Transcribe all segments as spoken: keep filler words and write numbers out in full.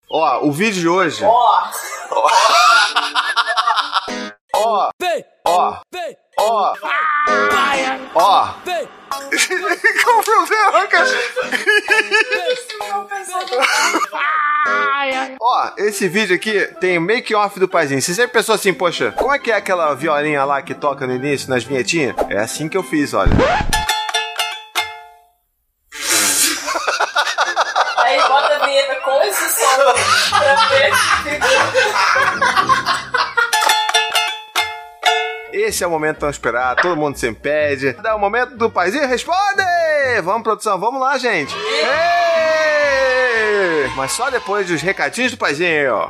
Ó, o vídeo de hoje... Ó! Ó! Ó! Ó! Ó! Ó! Qual o problema, cara? Ó, esse vídeo aqui tem o make-off do Paizinho. Você sempre pensou assim, poxa, como é que é aquela violinha lá que toca no início, nas vinhetinhas? É assim que eu fiz, olha. Aí bota a vinheta com esse som pra ver. Esse é o momento tão esperado, todo mundo sempre pede. Dá o momento do Paizinho, responde! Vamos, produção, vamos lá, gente. Ei! Mas só depois dos recadinhos do Paizinho, ó.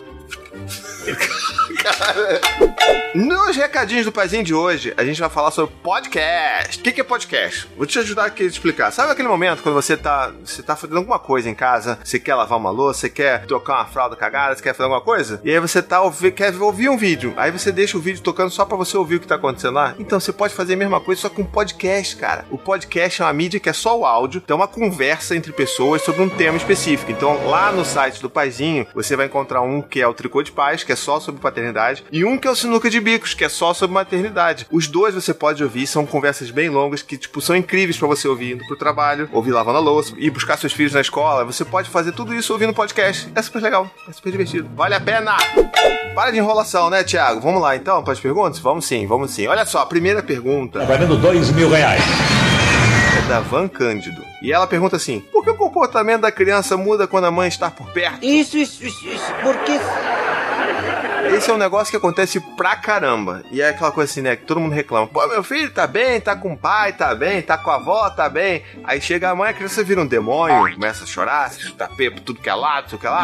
Nos recadinhos do Paizinho de hoje, a gente vai falar sobre podcast. O que, que é podcast? Vou te ajudar aqui a explicar. Sabe aquele momento quando você tá, você tá fazendo alguma coisa em casa, você quer lavar uma louça, você quer tocar uma fralda cagada, você quer fazer alguma coisa? E aí você tá, quer ouvir um vídeo. Aí você deixa o vídeo tocando só pra você ouvir o que tá acontecendo lá. Então você pode fazer a mesma coisa, só com podcast, cara. O podcast é uma mídia que é só o áudio, então é uma conversa entre pessoas sobre um tema específico. Então lá no site do Paizinho, você vai encontrar um que é o Tricô de Paz, que é só sobre paternidade, e um que é o Sinuca de Bicos, que é só sobre maternidade. Os dois você pode ouvir, são conversas bem longas que, tipo, são incríveis pra você ouvir indo pro trabalho, ouvir lavando a louça, ir buscar seus filhos na escola. Você pode fazer tudo isso ouvindo podcast. É super legal, é super divertido. Vale a pena! Para de enrolação, né, Thiago? Vamos lá, então, para as perguntas? Vamos sim, vamos sim. Olha só, a primeira pergunta... Tá valendo dois mil reais. É da Van Cândido. E ela pergunta assim, por que o comportamento da criança muda quando a mãe está por perto? Isso, isso, isso, isso. Por que... Esse é um negócio que acontece pra caramba. E é aquela coisa assim, né, que todo mundo reclama. Pô, meu filho tá bem, tá com o pai, tá bem, tá com a avó, tá bem. Aí chega a mãe, a criança vira um demônio, começa a chorar, se chuta pepo, tudo que é lado, tudo que é lá.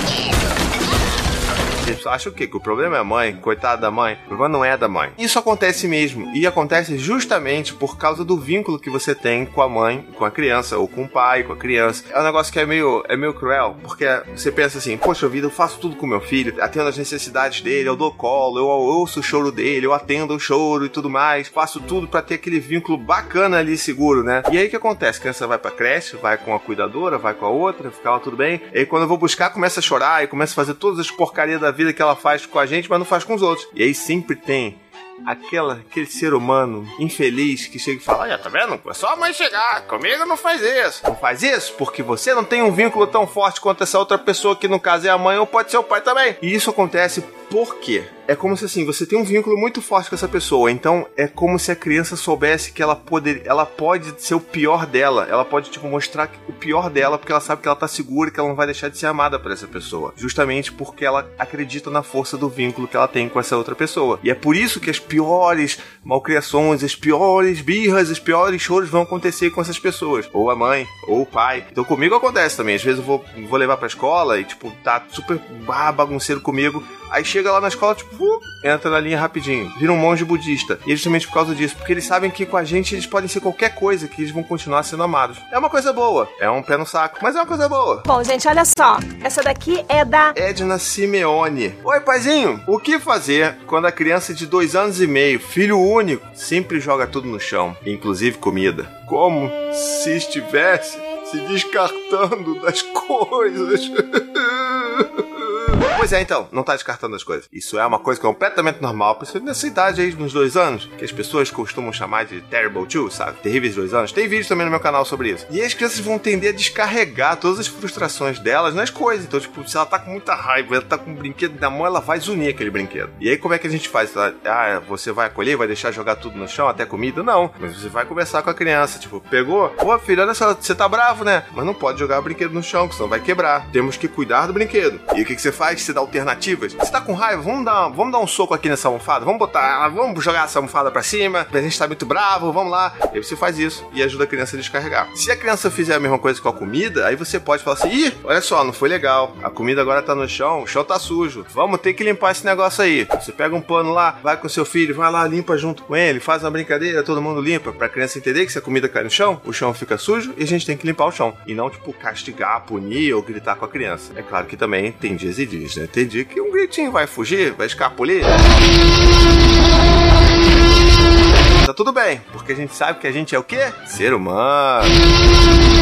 Eles acham o quê? Que o problema é a mãe, coitada da mãe. O problema não é da mãe. Isso acontece mesmo. E acontece justamente por causa do vínculo que você tem com a mãe, com a criança, ou com o pai, com a criança. É um negócio que é meio, é meio cruel, porque você pensa assim, poxa vida, eu faço tudo com meu filho, atendo as necessidades dele, eu dou colo, eu ouço o choro dele, eu atendo o choro e tudo mais, faço tudo pra ter aquele vínculo bacana ali, seguro, né? E aí o que acontece? A criança vai pra creche, vai com a cuidadora, vai com a outra, fica lá tudo bem. E aí quando eu vou buscar, começa a chorar e começa a fazer todas as porcarias da vida que ela faz com a gente, mas não faz com os outros. E aí sempre tem aquela, aquele ser humano infeliz que chega e fala, olha, tá vendo? É só a mãe chegar, comigo não faz isso. Não faz isso porque você não tem um vínculo tão forte quanto essa outra pessoa, que no caso é a mãe ou pode ser o pai também. E isso acontece por quê? É como se assim, você tem um vínculo muito forte com essa pessoa, então é como se a criança soubesse que ela, poder, ela pode ser o pior dela, ela pode tipo mostrar o pior dela, porque ela sabe que ela tá segura, que ela não vai deixar de ser amada por essa pessoa, justamente porque ela acredita na força do vínculo que ela tem com essa outra pessoa. E é por isso que as piores malcriações, as piores birras, os piores choros vão acontecer com essas pessoas, ou a mãe, ou o pai. Então comigo acontece também, às vezes eu vou, vou levar pra escola e tipo, tá super bagunceiro comigo, aí chega lá na escola, tipo, uh, entra na linha rapidinho, vira um monge budista. E é justamente por causa disso, porque eles sabem que com a gente eles podem ser qualquer coisa, que eles vão continuar sendo amados. É uma coisa boa, é um pé no saco, mas é uma coisa boa. Bom, gente, olha só, essa daqui é da Edna Simeone. Oi, paizinho, o que fazer quando a criança de dois anos e meio, filho único, sempre joga tudo no chão, inclusive comida? Como se estivesse se descartando das coisas. Pois é, então, não tá descartando as coisas. Isso é uma coisa completamente normal, principalmente nessa idade aí, nos dois anos, que as pessoas costumam chamar de terrible two, sabe? Terríveis dois anos. Tem vídeo também no meu canal sobre isso. E aí as crianças vão tender a descarregar todas as frustrações delas nas coisas. Então, tipo, se ela tá com muita raiva, ela tá com um brinquedo na mão, ela vai zunir aquele brinquedo. E aí como é que a gente faz? Ah, você vai acolher, vai deixar jogar tudo no chão, até comida? Não. Mas você vai conversar com a criança, tipo, pegou? Pô, filho, olha só, você tá bravo, né? Mas não pode jogar o brinquedo no chão, que senão vai quebrar. Temos que cuidar do brinquedo. E o que, que você faz? Você dá alternativas. Você tá com raiva? Vamos dar, vamos dar um soco aqui nessa almofada? Vamos botar, vamos jogar essa almofada pra cima? A gente tá muito bravo, vamos lá. E aí você faz isso e ajuda a criança a descarregar. Se a criança fizer a mesma coisa com a comida, aí você pode falar assim, ih, olha só, não foi legal. A comida agora tá no chão, o chão tá sujo. Vamos ter que limpar esse negócio aí. Você pega um pano lá, vai com seu filho, vai lá, limpa junto com ele, faz uma brincadeira, todo mundo limpa, pra criança entender que se a comida cai no chão, o chão fica sujo e a gente tem que limpar o chão. E não, tipo, castigar, punir ou gritar com a criança. É claro que também tem dias e dias, né? Tem dia que um gritinho vai fugir, vai escapulir. Tá tudo bem, porque a gente sabe que a gente é o quê? Ser humano.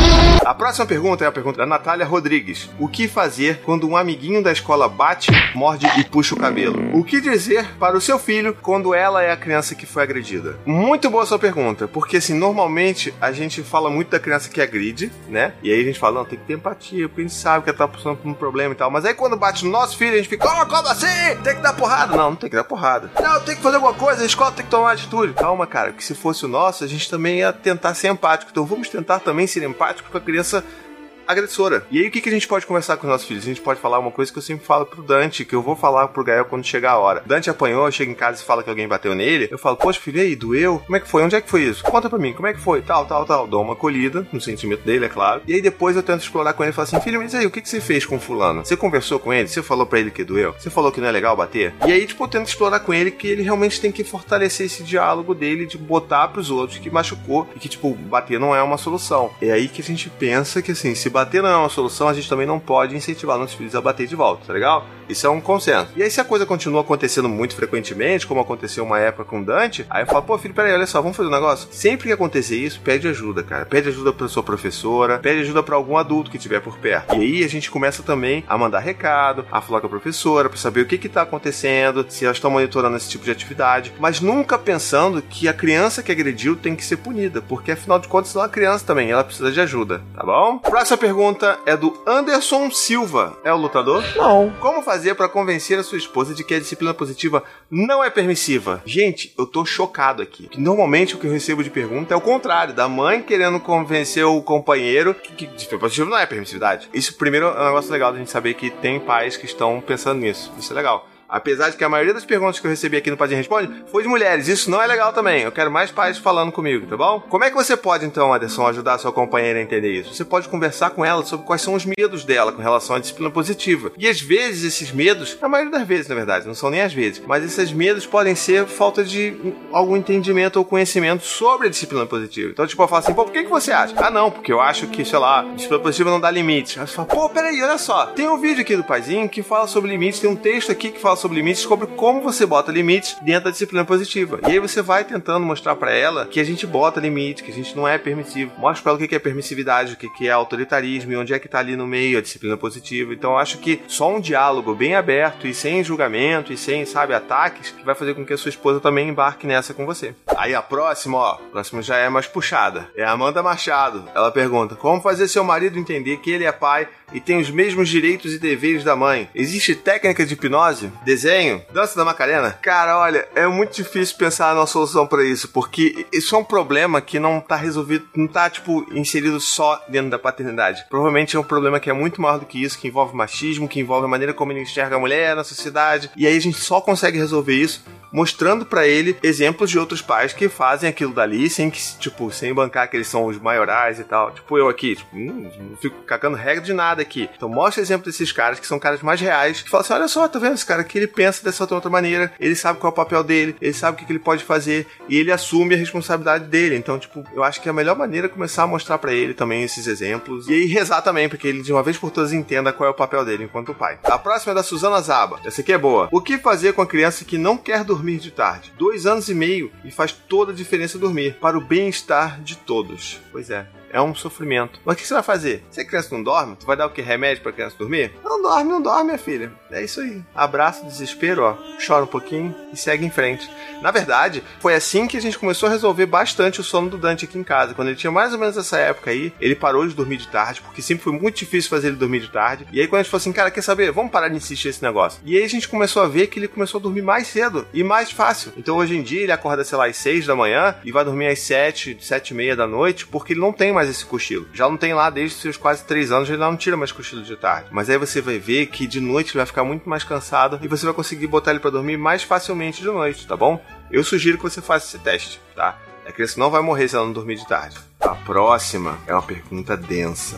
A próxima pergunta é a pergunta da Natália Rodrigues. O que fazer quando um amiguinho da escola bate, morde e puxa o cabelo? O que dizer para o seu filho quando ela é a criança que foi agredida? Muito boa sua pergunta, porque assim, normalmente a gente fala muito da criança que agride, né? E aí a gente fala, não, tem que ter empatia, porque a gente sabe que ela tá passando por um problema e tal. Mas aí quando bate no nosso filho, a gente fica, oh, como assim? Tem que dar porrada? Não, não tem que dar porrada. Não, tem que fazer alguma coisa, a escola tem que tomar atitude. Calma, cara, que se fosse o nosso, a gente também ia tentar ser empático. Então vamos tentar também ser empático com a criança agressora. E aí o que, que a gente pode conversar com os nossos filhos? A gente pode falar uma coisa que eu sempre falo pro Dante, que eu vou falar pro Gael quando chegar a hora. Dante apanhou, chega em casa e fala que alguém bateu nele. Eu falo, poxa filho, e aí, doeu? Como é que foi? Onde é que foi isso? Conta pra mim, como é que foi? Tal, tal, tal. Dou uma acolhida no sentimento dele, é claro. E aí depois eu tento explorar com ele e falo assim, filho, mas aí, o que, que você fez com fulano? Você conversou com ele? Você falou pra ele que doeu? Você falou que não é legal bater? E aí, tipo, eu tento explorar com ele que ele realmente tem que fortalecer esse diálogo dele, de botar pros outros que machucou e que, tipo, bater não é uma solução. É aí que a gente pensa que, assim, se bater não é uma solução, a gente também não pode incentivar nossos filhos a bater de volta, tá legal? Isso é um consenso. E aí, se a coisa continua acontecendo muito frequentemente, como aconteceu uma época com o Dante, aí eu falo, pô, filho, peraí, olha só, vamos fazer um negócio? Sempre que acontecer isso, pede ajuda, cara. Pede ajuda pra sua professora, pede ajuda pra algum adulto que estiver por perto. E aí, a gente começa também a mandar recado, a falar com a professora, pra saber o que que tá acontecendo, se elas estão monitorando esse tipo de atividade, mas nunca pensando que a criança que agrediu tem que ser punida, porque afinal de contas, ela é uma criança também, ela precisa de ajuda, tá bom? Próxima pergunta é do Anderson Silva. É o lutador? Não. Como fazer pra convencer a sua esposa de que a disciplina positiva não é permissiva? Gente, eu tô chocado aqui. Que normalmente o que eu recebo de pergunta é o contrário, da mãe querendo convencer o companheiro que, que disciplina positiva não é permissividade. Isso, primeiro, é um negócio legal da gente saber que tem pais que estão pensando nisso. Isso é legal. Apesar de que a maioria das perguntas que eu recebi aqui no Padrinho Responde foi de mulheres. Isso não é legal também. Eu quero mais pais falando comigo, tá bom? Como é que você pode, então, Anderson, ajudar a sua companheira a entender isso? Você pode conversar com ela sobre quais são os medos dela com relação à disciplina positiva. E às vezes esses medos, a maioria das vezes, na verdade, não são nem às vezes, mas esses medos podem ser falta de algum entendimento ou conhecimento sobre a disciplina positiva. Então, tipo, eu falo assim, pô, por que que você acha? Ah, não, porque eu acho que, sei lá, disciplina positiva não dá limites. Aí você fala, pô, peraí, olha só. Tem um vídeo aqui do Paizinho que fala sobre limites, tem um texto aqui que fala sobre limites, sobre como você bota limites dentro da disciplina positiva. E aí você vai tentando mostrar pra ela que a gente bota limite, que a gente não é permissivo. Mostra pra ela o que é permissividade, o que é autoritarismo e onde é que tá ali no meio a disciplina positiva. Então eu acho que só um diálogo bem aberto e sem julgamento e sem, sabe, ataques, que vai fazer com que a sua esposa também embarque nessa com você. Aí a próxima, ó, a próxima já é mais puxada. É a Amanda Machado. Ela pergunta, como fazer seu marido entender que ele é pai e tem os mesmos direitos e deveres da mãe? Existe técnica de hipnose? Desenho? Dança da Macarena? Cara, olha, é muito difícil pensar numa solução pra isso, porque isso é um problema que não tá resolvido, não tá, tipo, inserido só dentro da paternidade. Provavelmente é um problema que é muito maior do que isso, que envolve machismo, que envolve a maneira como ele enxerga a mulher na sociedade, e aí a gente só consegue resolver isso mostrando pra ele exemplos de outros pais que fazem aquilo dali sem que, tipo, sem bancar que eles são os maiorais e tal. Tipo eu aqui, tipo, hum, não fico cagando regra de nada aqui. Então mostra exemplo desses caras que são caras mais reais, que falam assim, olha só, tá vendo esse cara aqui, ele pensa dessa outra maneira, ele sabe qual é o papel dele, ele sabe o que, que ele pode fazer e ele assume a responsabilidade dele. Então, tipo, eu acho que a melhor maneira é começar a mostrar pra ele também esses exemplos e aí rezar também, porque ele de uma vez por todas entenda qual é o papel dele enquanto pai. A próxima é da Suzana Zaba. Essa aqui é boa. O que fazer com a criança que não quer dormir de tarde? Dois anos e meio e faz toda a diferença dormir, para o bem-estar de todos. Pois é. É um sofrimento. Mas o que você vai fazer? Se a criança não dorme, tu vai dar o que? Remédio pra criança dormir? Não dorme, não dorme, minha filha. É isso aí. Abraça o desespero, ó. Chora um pouquinho e segue em frente. Na verdade, foi assim que a gente começou a resolver bastante o sono do Dante aqui em casa. Quando ele tinha mais ou menos essa época aí, ele parou de dormir de tarde, porque sempre foi muito difícil fazer ele dormir de tarde. E aí quando a gente falou assim, cara, quer saber? Vamos parar de insistir nesse negócio. E aí a gente começou a ver que ele começou a dormir mais cedo e mais fácil. Então hoje em dia ele acorda, sei lá, às seis da manhã e vai dormir às sete, sete e meia da noite, porque ele não tem mais esse cochilo. Já não tem lá desde os seus quase três anos, ele não tira mais cochilo de tarde. Mas aí você vai ver que de noite ele vai ficar muito mais cansado e você vai conseguir botar ele pra dormir mais facilmente de noite, tá bom? Eu sugiro que você faça esse teste, tá? A criança não vai morrer se ela não dormir de tarde. A próxima é uma pergunta densa.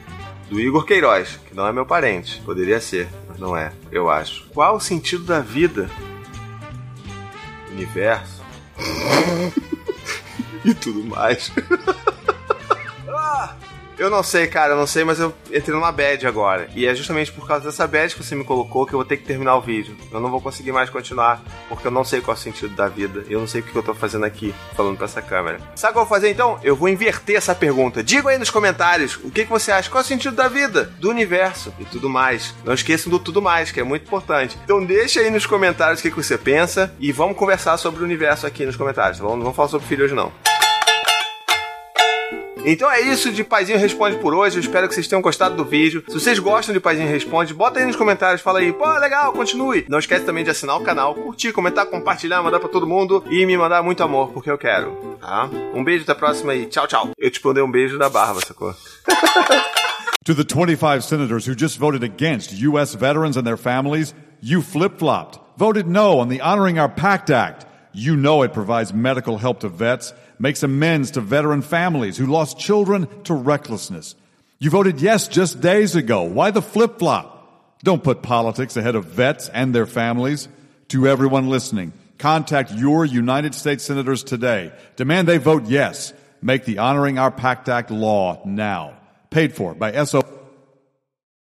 Do Igor Queiroz, que não é meu parente. Poderia ser, mas não é, eu acho. Qual o sentido da vida? Universo? E tudo mais. Ah, Eu não sei, cara, eu não sei, mas eu entrei numa bad agora. E é justamente por causa dessa bad que você me colocou que eu vou ter que terminar o vídeo. Eu não vou conseguir mais continuar, porque eu não sei qual é o sentido da vida. Eu não sei o que eu tô fazendo aqui, falando pra essa câmera. Sabe o que eu vou fazer então? Eu vou inverter essa pergunta. Diga aí nos comentários o que, que você acha, qual é o sentido da vida, do universo e tudo mais. Não esqueçam do tudo mais, que é muito importante. Então deixa aí nos comentários o que, que você pensa e vamos conversar sobre o universo aqui nos comentários, tá bom? Não vamos falar sobre filho hoje não. Então é isso de Paizinho Responde por hoje. Eu espero que vocês tenham gostado do vídeo. Se vocês gostam de Paizinho Responde, bota aí nos comentários, fala aí, pô, legal, continue. Não esquece também de assinar o canal, curtir, comentar, compartilhar, mandar pra todo mundo e me mandar muito amor, porque eu quero, tá? Um beijo, até a próxima e tchau, tchau. Eu te mandei um beijo da barba, sacou? To the twenty-five senators who just voted against U S veterans and their families, you flip-flopped, voted no on the Honoring Our Pact Act. You know it provides medical help to vets, makes amends to veteran families who lost children to recklessness. You voted yes just days ago. Why the flip-flop? Don't put politics ahead of vets and their families. To everyone listening, contact your United States senators today. Demand they vote yes. Make the Honoring Our Pact Act law now. Paid for by S O